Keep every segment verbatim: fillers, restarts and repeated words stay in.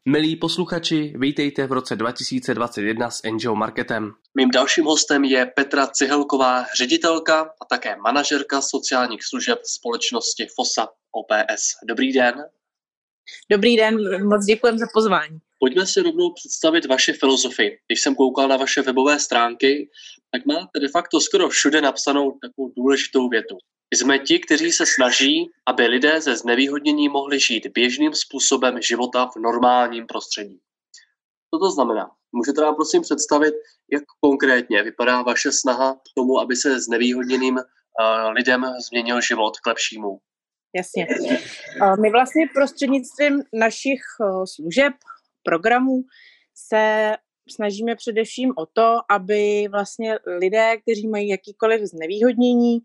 Milí posluchači, vítejte v roce dva tisíce dvacet jedna s N G O Marketem. Mým dalším hostem je Petra Cihelková, ředitelka a také manažerka sociálních služeb společnosti Fossa O P S. Dobrý den. Dobrý den, moc děkujem za pozvání. Pojďme si rovnou představit vaši filozofii. Když jsem koukal na vaše webové stránky, tak máte de facto skoro všude napsanou takovou důležitou větu. Jsme ti, kteří se snaží, aby lidé ze znevýhodnění mohli žít běžným způsobem života v normálním prostředí. Co to znamená? Můžete nám prosím představit, jak konkrétně vypadá vaše snaha k tomu, aby se znevýhodněným uh, lidem změnil život k lepšímu? Jasně. My vlastně prostřednictvím našich služeb, programů se snažíme především o to, aby vlastně lidé, kteří mají jakýkoliv znevýhodnění,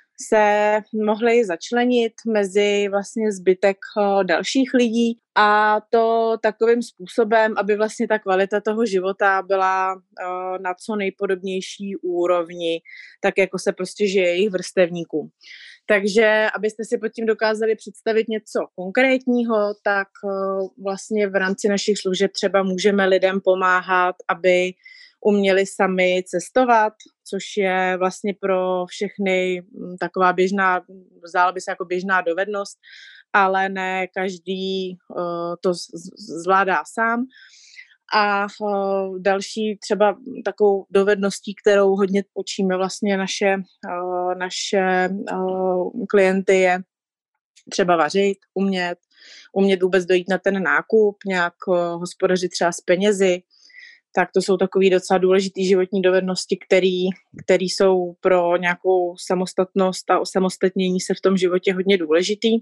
se mohli začlenit mezi vlastně zbytek dalších lidí a to takovým způsobem, aby vlastně ta kvalita toho života byla na co nejpodobnější úrovni, tak jako se prostě žije jejich vrstevníků. Takže abyste si pod tím dokázali představit něco konkrétního, tak vlastně v rámci našich služeb třeba můžeme lidem pomáhat, aby uměli sami cestovat, což je vlastně pro všechny taková běžná, zdála by se jako běžná dovednost, ale ne každý to zvládá sám. A uh, další třeba takovou dovedností, kterou hodně učíme vlastně naše, uh, naše uh, klienty, je třeba vařit, umět, umět vůbec dojít na ten nákup, nějak uh, hospodařit třeba s penězi. Tak to jsou takové docela důležité životní dovednosti, který, který jsou pro nějakou samostatnost a osamostatnění se v tom životě hodně důležitý.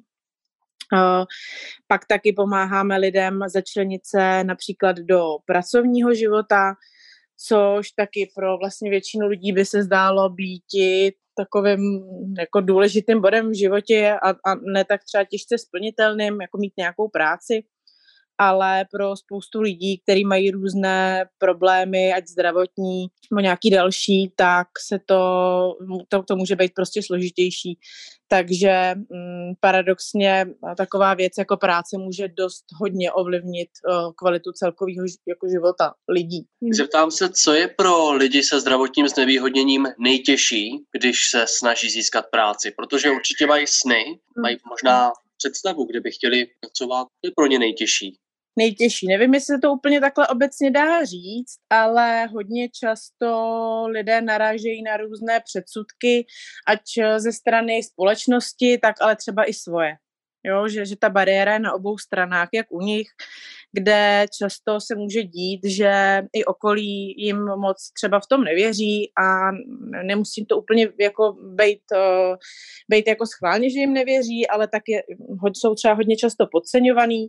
Uh, pak taky pomáháme lidem začlenit se například do pracovního života, což taky pro vlastně většinu lidí by se zdálo být takovým jako důležitým bodem v životě a, a ne tak třeba těžce splnitelným, jako mít nějakou práci, ale pro spoustu lidí, kteří mají různé problémy, ať zdravotní nebo nějaký další, tak se to, to, to může být prostě složitější. Takže mm, paradoxně taková věc jako práce může dost hodně ovlivnit uh, kvalitu celkového jako života lidí. Zeptám se, co je pro lidi se zdravotním znevýhodněním nejtěžší, když se snaží získat práci? Protože určitě mají sny, mají možná představu, kde by chtěli pracovat, to je pro ně nejtěžší. Nejtěžší. Nevím, jestli se to úplně takhle obecně dá říct, ale hodně často lidé narážejí na různé předsudky, ať ze strany společnosti, tak ale třeba i svoje. Jo, že, že ta bariéra je na obou stranách, jak u nich, kde často se může dít, že i okolí jim moc třeba v tom nevěří a nemusí to úplně jako být, uh, být jako schválně, že jim nevěří, ale tak je, jsou třeba hodně často podceňovaný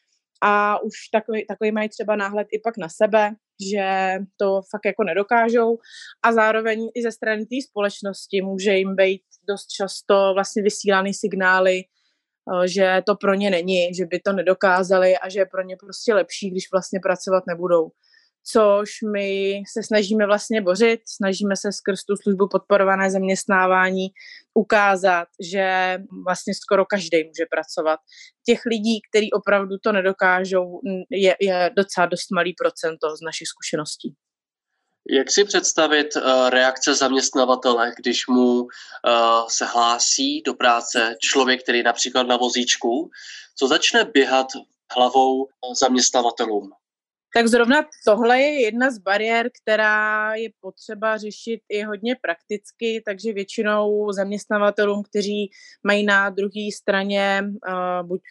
a už takový, takový mají třeba náhled i pak na sebe, že to fakt jako nedokážou a zároveň i ze strany té společnosti může jim být dost často vlastně vysílány signály, že to pro ně není, že by to nedokázali a že je pro ně prostě lepší, když vlastně pracovat nebudou. Což my se snažíme vlastně bořit, snažíme se skrz tu službu podporované zaměstnávání ukázat, že vlastně skoro každý může pracovat. Těch lidí, kteří opravdu to nedokážou, je, je docela dost malý procento z našich zkušeností. Jak si představit uh, reakce zaměstnavatele, když mu uh, se hlásí do práce člověk, který je například na vozíčku, co začne běhat hlavou zaměstnavatelům? Tak zrovna tohle je jedna z bariér, která je potřeba řešit i hodně prakticky, takže většinou zaměstnavatelům, kteří mají na druhé straně uh, buď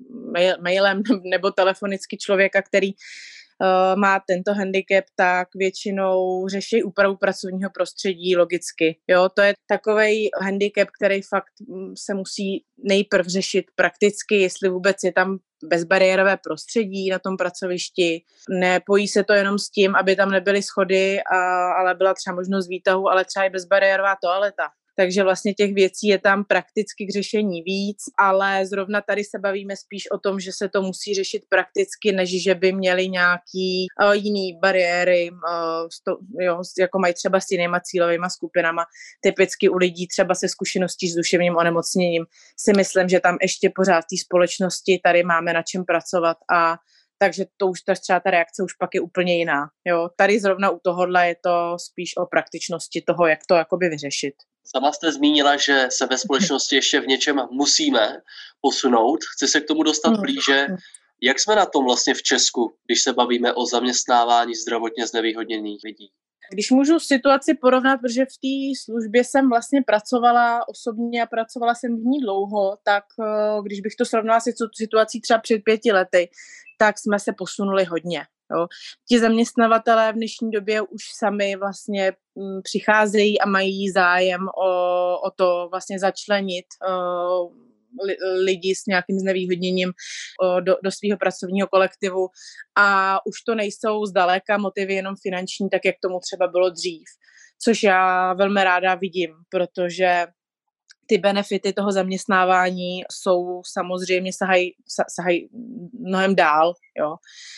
mailem nebo telefonicky člověka, který uh, má tento handicap, tak většinou řeší úpravu pracovního prostředí logicky. Jo, to je takovej handicap, který fakt se musí nejprv řešit prakticky, jestli vůbec je tam bezbariérové prostředí na tom pracovišti. Nepojí se to jenom s tím, aby tam nebyly schody, a, ale byla třeba možnost výtahu, ale třeba i bezbariérová toaleta. Takže vlastně těch věcí je tam prakticky k řešení víc, ale zrovna tady se bavíme spíš o tom, že se to musí řešit prakticky, než že by měli nějaký uh, jiný bariéry, uh, sto, jo, jako mají třeba s jinýma cílovýma skupinama. Typicky u lidí třeba se zkušeností s duševním onemocněním si myslím, že tam ještě pořád v té společnosti tady máme na čem pracovat a takže to už ta, třeba ta reakce už pak je úplně jiná. Jo. Tady zrovna u tohohle je to spíš o praktičnosti toho, jak to jakoby vyřešit. Sama jste zmínila, že se ve společnosti ještě v něčem musíme posunout. Chci se k tomu dostat blíže. Jak jsme na tom vlastně v Česku, když se bavíme o zaměstnávání zdravotně znevýhodněných lidí? Když můžu situaci porovnat, protože v té službě jsem vlastně pracovala osobně a pracovala jsem v ní dlouho, tak když bych to srovnala s situací třeba před pěti lety, tak jsme se posunuli hodně. Jo. Ti zaměstnavatelé v dnešní době už sami vlastně m, přicházejí a mají zájem o, o to vlastně začlenit o, li, lidi s nějakým znevýhodněním o, do, do svého pracovního kolektivu a už to nejsou zdaleka motivy jenom finanční, tak jak tomu třeba bylo dřív, což já velmi ráda vidím, protože ty benefity toho zaměstnávání jsou samozřejmě sahají, sahají mnohem dál, jo.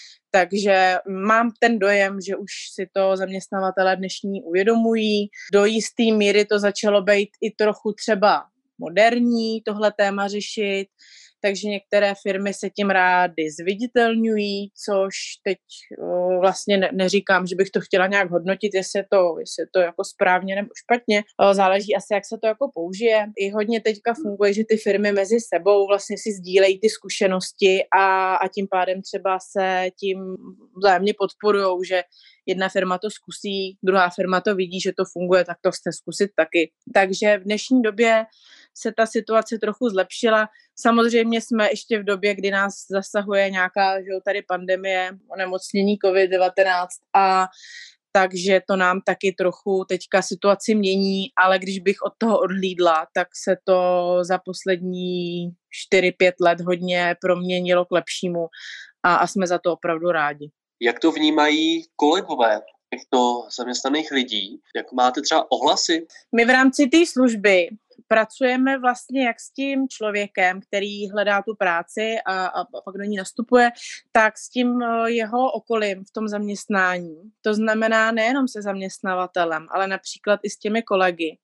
Takže mám ten dojem, že už si to zaměstnavatelé dnešní uvědomují. Do jisté míry to začalo být i trochu třeba moderní tohle téma řešit, takže některé firmy se tím rády zviditelňují, což teď o, vlastně ne, neříkám, že bych to chtěla nějak hodnotit, jestli je to, jestli je to jako správně nebo špatně. O, záleží asi, jak se to jako použije. I hodně teďka funguje, že ty firmy mezi sebou vlastně si sdílejí ty zkušenosti a, a tím pádem třeba se tím vzájemně podporujou, že jedna firma to zkusí, druhá firma to vidí, že to funguje, tak to chce zkusit taky. Takže v dnešní době se ta situace trochu zlepšila. Samozřejmě jsme ještě v době, kdy nás zasahuje nějaká, že tady pandemie, onemocnění covid devatenáct a takže to nám taky trochu teďka situaci mění, ale když bych od toho odhlídla, tak se to za poslední čtyři pět let hodně proměnilo k lepšímu a, a jsme za to opravdu rádi. Jak to vnímají kolegové těchto zaměstnaných lidí? Jak máte třeba ohlasy? My v rámci té služby pracujeme vlastně jak s tím člověkem, který hledá tu práci a, a pak do ní nastupuje, tak s tím jeho okolím v tom zaměstnání. To znamená nejenom se zaměstnavatelem, ale například i s těmi kolegy,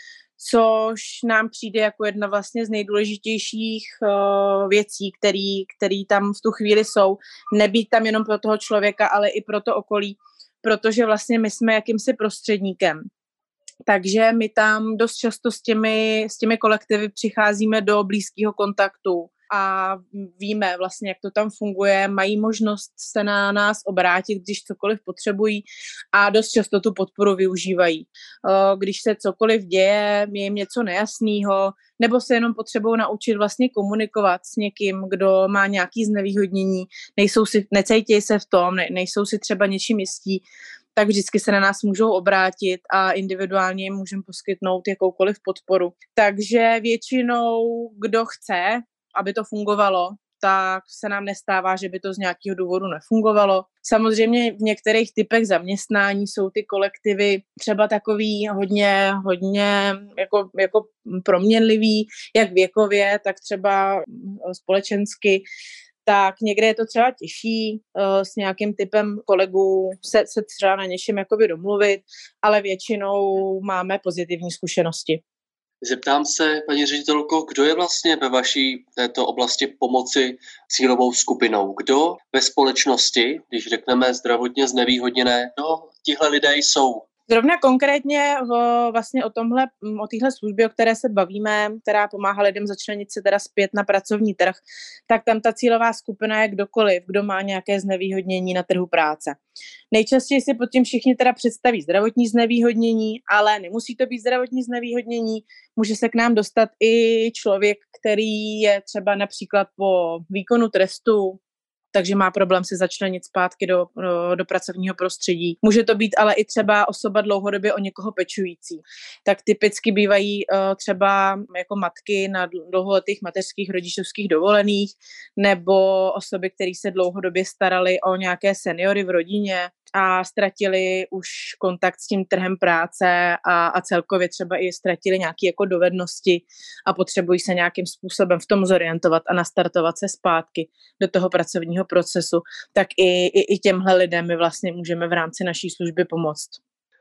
což nám přijde jako jedna vlastně z nejdůležitějších uh, věcí, který, který tam v tu chvíli jsou. Nebýt tam jenom pro toho člověka, ale i pro to okolí, protože vlastně my jsme jakýmsi prostředníkem. Takže my tam dost často s těmi, s těmi kolektivy přicházíme do blízkého kontaktu a víme vlastně, jak to tam funguje, mají možnost se na nás obrátit, když cokoliv potřebují a dost často tu podporu využívají. Když se cokoliv děje, je jim něco nejasného, nebo se jenom potřebují naučit vlastně komunikovat s někým, kdo má nějaké znevýhodnění, nejsou si, necítí se v tom, ne, nejsou si třeba něčím jistí, tak vždycky se na nás můžou obrátit a individuálně jim můžeme poskytnout jakoukoliv podporu. Takže většinou, kdo chce, aby to fungovalo, tak se nám nestává, že by to z nějakého důvodu nefungovalo. Samozřejmě v některých typech zaměstnání jsou ty kolektivy třeba takový hodně, hodně jako, jako proměnlivý, jak věkově, tak třeba společensky. Tak někde je to třeba těžší uh, s nějakým typem kolegů se, se třeba na něčem jakoby domluvit, ale většinou máme pozitivní zkušenosti. Zeptám se, paní ředitelko, kdo je vlastně ve vaší této oblasti pomoci cílovou skupinou? Kdo ve společnosti, když řekneme zdravotně znevýhodněné, kdo tihle lidé jsou? Zrovna konkrétně o, vlastně o tomhle, o téhle službě, o které se bavíme, která pomáhá lidem začlenit se teda zpět na pracovní trh, tak tam ta cílová skupina je kdokoliv, kdo má nějaké znevýhodnění na trhu práce. Nejčastěji si pod tím všichni teda představí zdravotní znevýhodnění, ale nemusí to být zdravotní znevýhodnění, může se k nám dostat i člověk, který je třeba například po výkonu trestu, takže má problém se začlenit zpátky do, do, do pracovního prostředí. Může to být ale i třeba osoba dlouhodobě o někoho pečující. Tak typicky bývají uh, třeba jako matky na dlouholetých mateřských rodičovských dovolených nebo osoby, které se dlouhodobě staraly o nějaké seniory v rodině a ztratili už kontakt s tím trhem práce a, a celkově třeba i ztratili nějaké jako dovednosti a potřebují se nějakým způsobem v tom zorientovat a nastartovat se zpátky do toho pracovního procesu, tak i, i, i těmhle lidem my vlastně můžeme v rámci naší služby pomoct.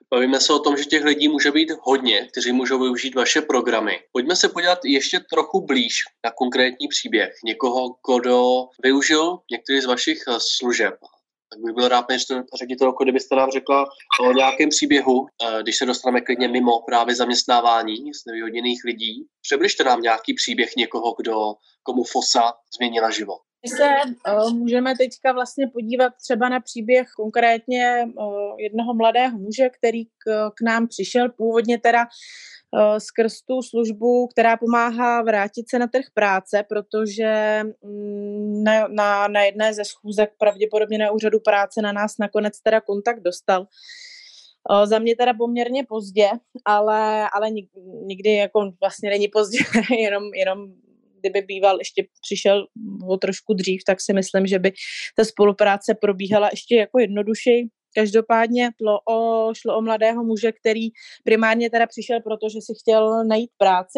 Bavíme se o tom, že těch lidí může být hodně, kteří můžou využít vaše programy. Pojďme se podívat ještě trochu blíž na konkrétní příběh někoho, kdo využil některý z vašich služeb. Tak bych byl rád, než ředitelko, kdybyste nám řekla o nějakém příběhu, když se dostaneme klidně mimo právě zaměstnávání z nevýhodněných lidí. Přibližte nám nějaký příběh někoho, kdo, komu Fossa změnila život. My se uh, můžeme teďka vlastně podívat třeba na příběh konkrétně uh, jednoho mladého muže, který k, k nám přišel původně teda uh, skrz tu službu, která pomáhá vrátit se na trh práce, protože um, na, na, na jedné ze schůzek pravděpodobně na úřadu práce na nás nakonec teda kontakt dostal. Uh, za mě teda poměrně pozdě, ale, ale nikdy jako vlastně není pozdě, jenom, jenom kdyby býval ještě přišel o trošku dřív, tak si myslím, že by ta spolupráce probíhala ještě jako jednodušeji. Každopádně šlo o, šlo o mladého muže, který primárně teda přišel, protože si chtěl najít práci,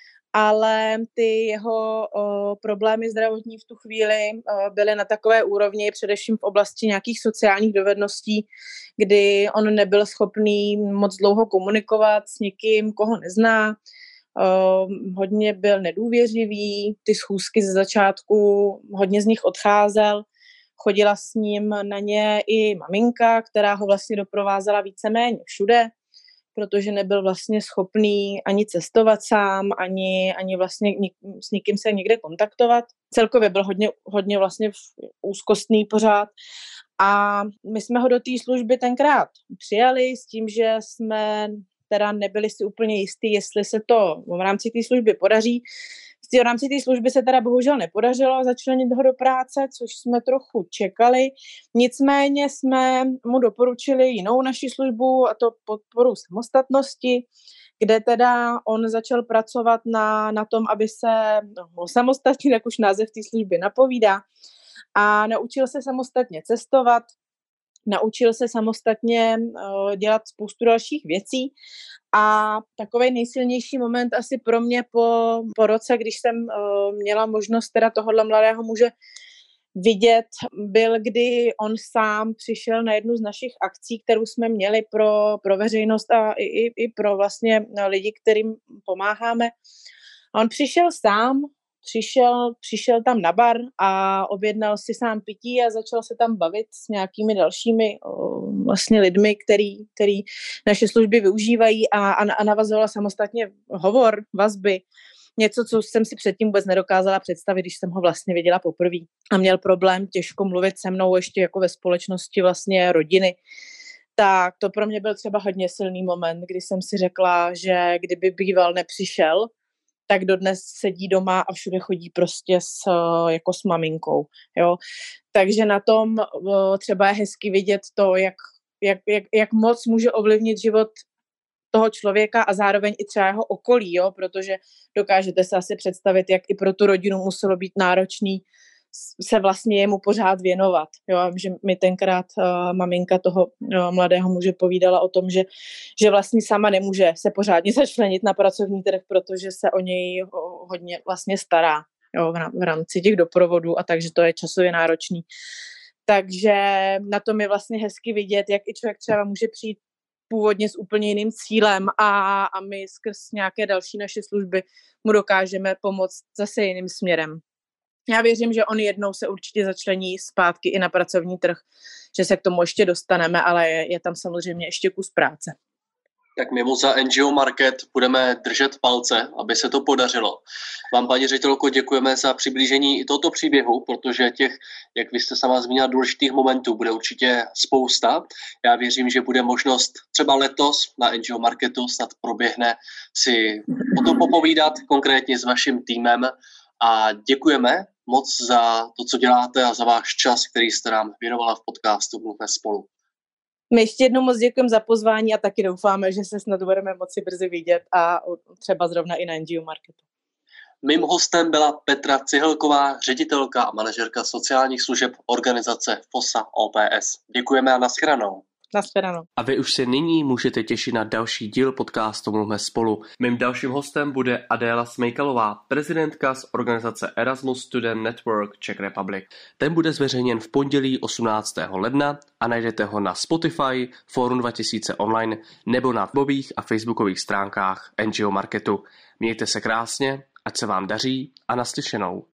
ale ty jeho o, problémy zdravotní v tu chvíli o, byly na takové úrovni, především v oblasti nějakých sociálních dovedností, kdy on nebyl schopný moc dlouho komunikovat s někým, koho nezná. Uh, hodně byl nedůvěřivý, ty schůzky ze začátku, hodně z nich odcházel, chodila s ním na ně i maminka, která ho vlastně doprovázela víceméně všude, protože nebyl vlastně schopný ani cestovat sám, ani, ani vlastně nik- s nikým se někde kontaktovat. Celkově byl hodně, hodně vlastně úzkostný pořád a my jsme ho do té služby tenkrát přijali s tím, že jsme teda nebyli si úplně jistí, jestli se to v rámci té služby podaří. V rámci té služby se teda bohužel nepodařilo začlenit ho do práce, což jsme trochu čekali. Nicméně jsme mu doporučili jinou naši službu, a to podporu samostatnosti, kde teda on začal pracovat na, na tom, aby se no, samostatně, jak už název té služby napovídá, a naučil se samostatně cestovat, naučil se samostatně uh, dělat spoustu dalších věcí a takovej nejsilnější moment asi pro mě po, po roce, když jsem uh, měla možnost teda tohohle mladého muže vidět, byl, kdy on sám přišel na jednu z našich akcí, kterou jsme měli pro, pro veřejnost a i, i, i pro vlastně lidi, kterým pomáháme. A on přišel sám, Přišel, přišel tam na bar a objednal si sám pití a začal se tam bavit s nějakými dalšími o, vlastně lidmi, který, který naše služby využívají a, a, a navazovala samostatně hovor, vazby. Něco, co jsem si předtím vůbec nedokázala představit, když jsem ho vlastně viděla poprvé. A měl problém těžko mluvit se mnou ještě jako ve společnosti vlastně rodiny. Tak to pro mě byl třeba hodně silný moment, kdy jsem si řekla, že kdyby býval nepřišel, tak dodnes sedí doma a všude chodí prostě s, jako s maminkou, jo. Takže na tom třeba je hezky vidět to, jak, jak, jak, jak moc může ovlivnit život toho člověka a zároveň i třeba jeho okolí, jo, protože dokážete se asi představit, jak i pro tu rodinu muselo být náročný se vlastně jemu pořád věnovat. Jo, že mi tenkrát uh, maminka toho uh, mladého muže povídala o tom, že, že vlastně sama nemůže se pořádně začlenit na pracovní trh, protože se o něj uh, hodně vlastně stará, jo, v, v rámci těch doprovodů a takže to je časově náročný. Takže na tom je vlastně hezky vidět, jak i člověk třeba může přijít původně s úplně jiným cílem a, a my skrz nějaké další naše služby mu dokážeme pomoct zase jiným směrem. Já věřím, že on jednou se určitě začlení zpátky i na pracovní trh, že se k tomu ještě dostaneme, ale je, je tam samozřejmě ještě kus práce. Tak my mu za N G O Market budeme držet palce, aby se to podařilo. Vám, paní ředitelko, děkujeme za přiblížení i tohoto příběhu, protože těch, jak vy jste sama zmínila, důležitých momentů bude určitě spousta. Já věřím, že bude možnost třeba letos na N G O Marketu snad proběhne si o tom popovídat konkrétně s vaším týmem a děkujeme moc za to, co děláte a za váš čas, který jste nám věnovala v podcastu Mluvme spolu. My ještě jednou moc děkujeme za pozvání a taky doufáme, že se snad budeme moci brzy vidět a třeba zrovna i na N G O Marketu. Mým hostem byla Petra Cihelková, ředitelka a manažerka sociálních služeb organizace Fossa O P S. Děkujeme a nashledanou. Nashledanou. A vy už se nyní můžete těšit na další díl podcastu Mluvme spolu. Mým dalším hostem bude Adéla Smejkalová, prezidentka z organizace Erasmus Student Network Czech Republic. Ten bude zveřejněn v pondělí osmnáctého ledna a najdete ho na Spotify, Fórum dva tisíce online nebo na webových a facebookových stránkách N G O Marketu. Mějte se krásně, ať se vám daří a naslyšenou.